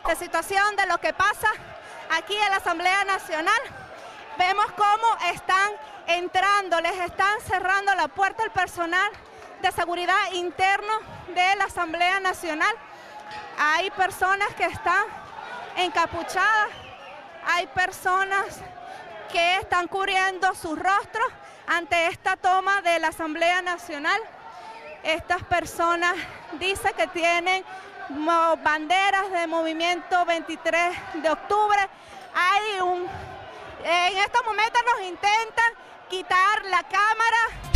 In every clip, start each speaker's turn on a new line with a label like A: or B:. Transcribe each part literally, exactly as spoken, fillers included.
A: esta situación de lo que pasa aquí en la Asamblea Nacional. Vemos cómo están entrando, les están cerrando la puerta al personal de seguridad interno de la Asamblea Nacional. Hay personas que están encapuchadas, hay personas que están cubriendo sus rostros ante esta toma de la Asamblea Nacional. Estas personas dicen que tienen banderas de movimiento veintitrés de octubre. Hay un, en estos momentos nos intentan quitar la cámara.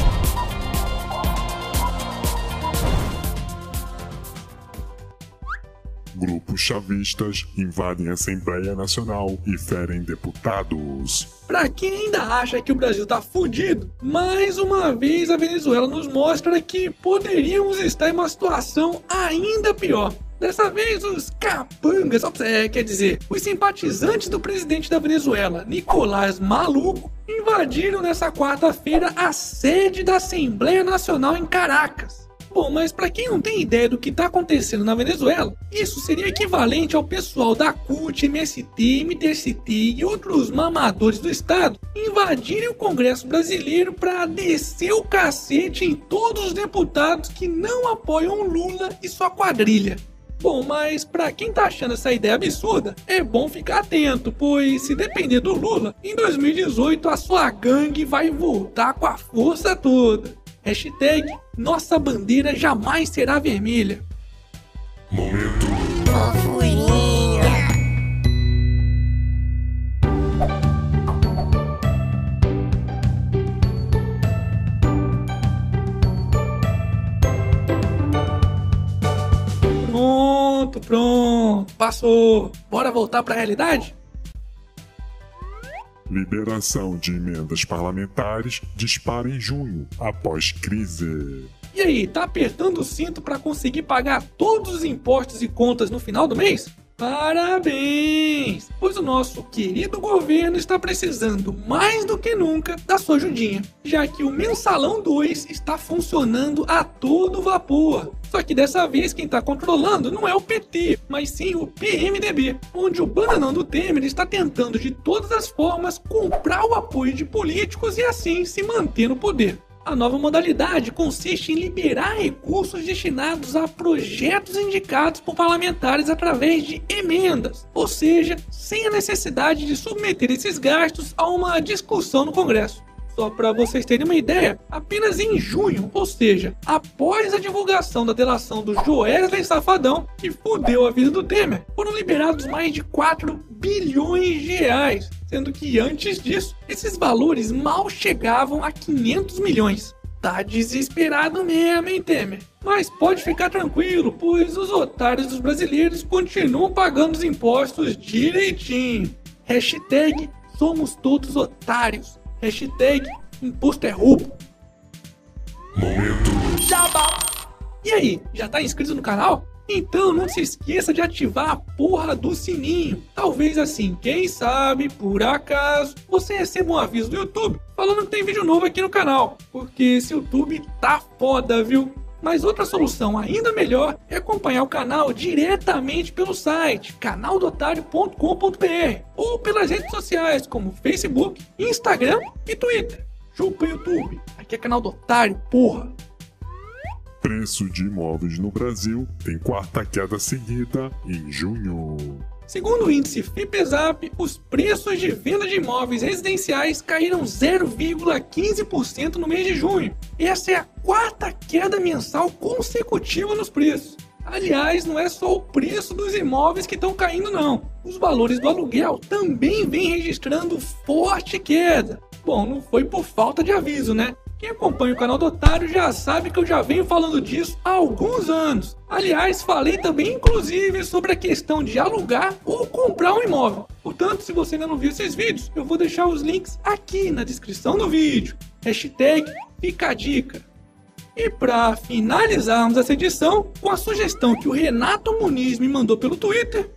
B: Grupos chavistas invadem a Assembleia Nacional e ferem deputados.
C: Pra quem ainda acha que o Brasil tá fudido, mais uma vez a Venezuela nos mostra que poderíamos estar em uma situação ainda pior. Dessa vez os capangas, é, quer dizer, os simpatizantes do presidente da Venezuela, Nicolás Maduro, invadiram nessa quarta-feira a sede da Assembleia Nacional em Caracas. Bom, mas para quem não tem ideia do que está acontecendo na Venezuela, isso seria equivalente ao pessoal da C U T, M S T, M T S T e outros mamadores do estado invadirem o Congresso brasileiro para descer o cacete em todos os deputados que não apoiam Lula e sua quadrilha. Bom, mas para quem tá achando essa ideia absurda, é bom ficar atento, pois se depender do Lula, em dois mil e dezoito a sua gangue vai voltar com a força toda. Hashtag nossa bandeira jamais será vermelha.
B: Momento
D: Fofurinha.
C: Pronto, pronto, passou. Bora voltar pra realidade?
B: Liberação de emendas parlamentares dispara em junho, após crise.
C: E aí, tá apertando o cinto para conseguir pagar todos os impostos e contas no final do mês? Parabéns! Pois o nosso querido governo está precisando mais do que nunca da sua ajudinha, já que o Mensalão dois está funcionando a todo vapor. Só que dessa vez quem está controlando não é o P T, mas sim o P M D B, onde o bananão do Temer está tentando de todas as formas comprar o apoio de políticos e assim se manter no poder. A nova modalidade consiste em liberar recursos destinados a projetos indicados por parlamentares através de emendas, ou seja, sem a necessidade de submeter esses gastos a uma discussão no Congresso. Só para vocês terem uma ideia, apenas em junho, ou seja, após a divulgação da delação do Joesley Safadão, que fudeu a vida do Temer, foram liberados mais de quatro bilhões de reais, sendo que antes disso, esses valores mal chegavam a quinhentos milhões. Tá desesperado mesmo, hein, Temer? Mas pode ficar tranquilo, pois os otários dos brasileiros continuam pagando os impostos direitinho. Hashtag somos todos otários. Hashtag imposto é roubo.
B: Momento
C: Jabá. E aí, já tá inscrito no canal? Então não se esqueça de ativar a porra do sininho. Talvez assim, quem sabe, por acaso, você receba um aviso do YouTube falando que tem vídeo novo aqui no canal. Porque esse YouTube tá foda, viu? Mas outra solução ainda melhor é acompanhar o canal diretamente pelo site canal do otário ponto com ponto br ou pelas redes sociais como Facebook, Instagram e Twitter. Chupa YouTube, aqui é canal do Otário, porra!
B: Preço de imóveis no Brasil tem quarta queda seguida em junho.
C: Segundo o índice Fipesap, os preços de venda de imóveis residenciais caíram zero vírgula quinze por cento no mês de junho. Essa é a quarta queda mensal consecutiva nos preços. Aliás, não é só o preço dos imóveis que estão caindo não. Os valores do aluguel também vêm registrando forte queda. Bom, não foi por falta de aviso, né? Quem acompanha o canal do Otário já sabe que eu já venho falando disso há alguns anos. Aliás, falei também inclusive sobre a questão de alugar ou comprar um imóvel. Portanto, se você ainda não viu esses vídeos, eu vou deixar os links aqui na descrição do vídeo. Hashtag fica a dica. E para finalizarmos essa edição, com a sugestão que o Renato Muniz me mandou pelo Twitter,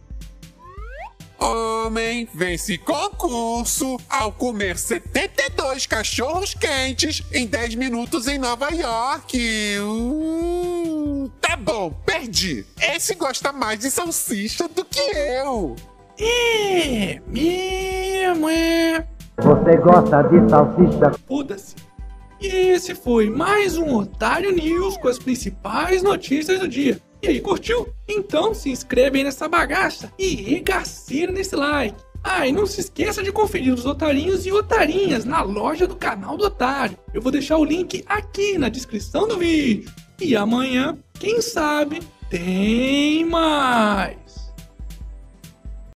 E: Homem vence concurso ao comer setenta e dois cachorros quentes em dez minutos em Nova York. Uh. Hum, tá bom, perdi. Esse gosta mais de salsicha do que eu.
C: É, mesmo é.
F: Você gosta de salsicha?
C: Foda-se. E esse foi mais um Otário News com as principais notícias do dia. E aí, curtiu? Então se inscreve aí nessa bagaça e regaceira nesse like. Ah, e não se esqueça de conferir os otarinhos e otarinhas na loja do canal do Otário. Eu vou deixar o link aqui na descrição do vídeo. E amanhã, quem sabe, tem mais!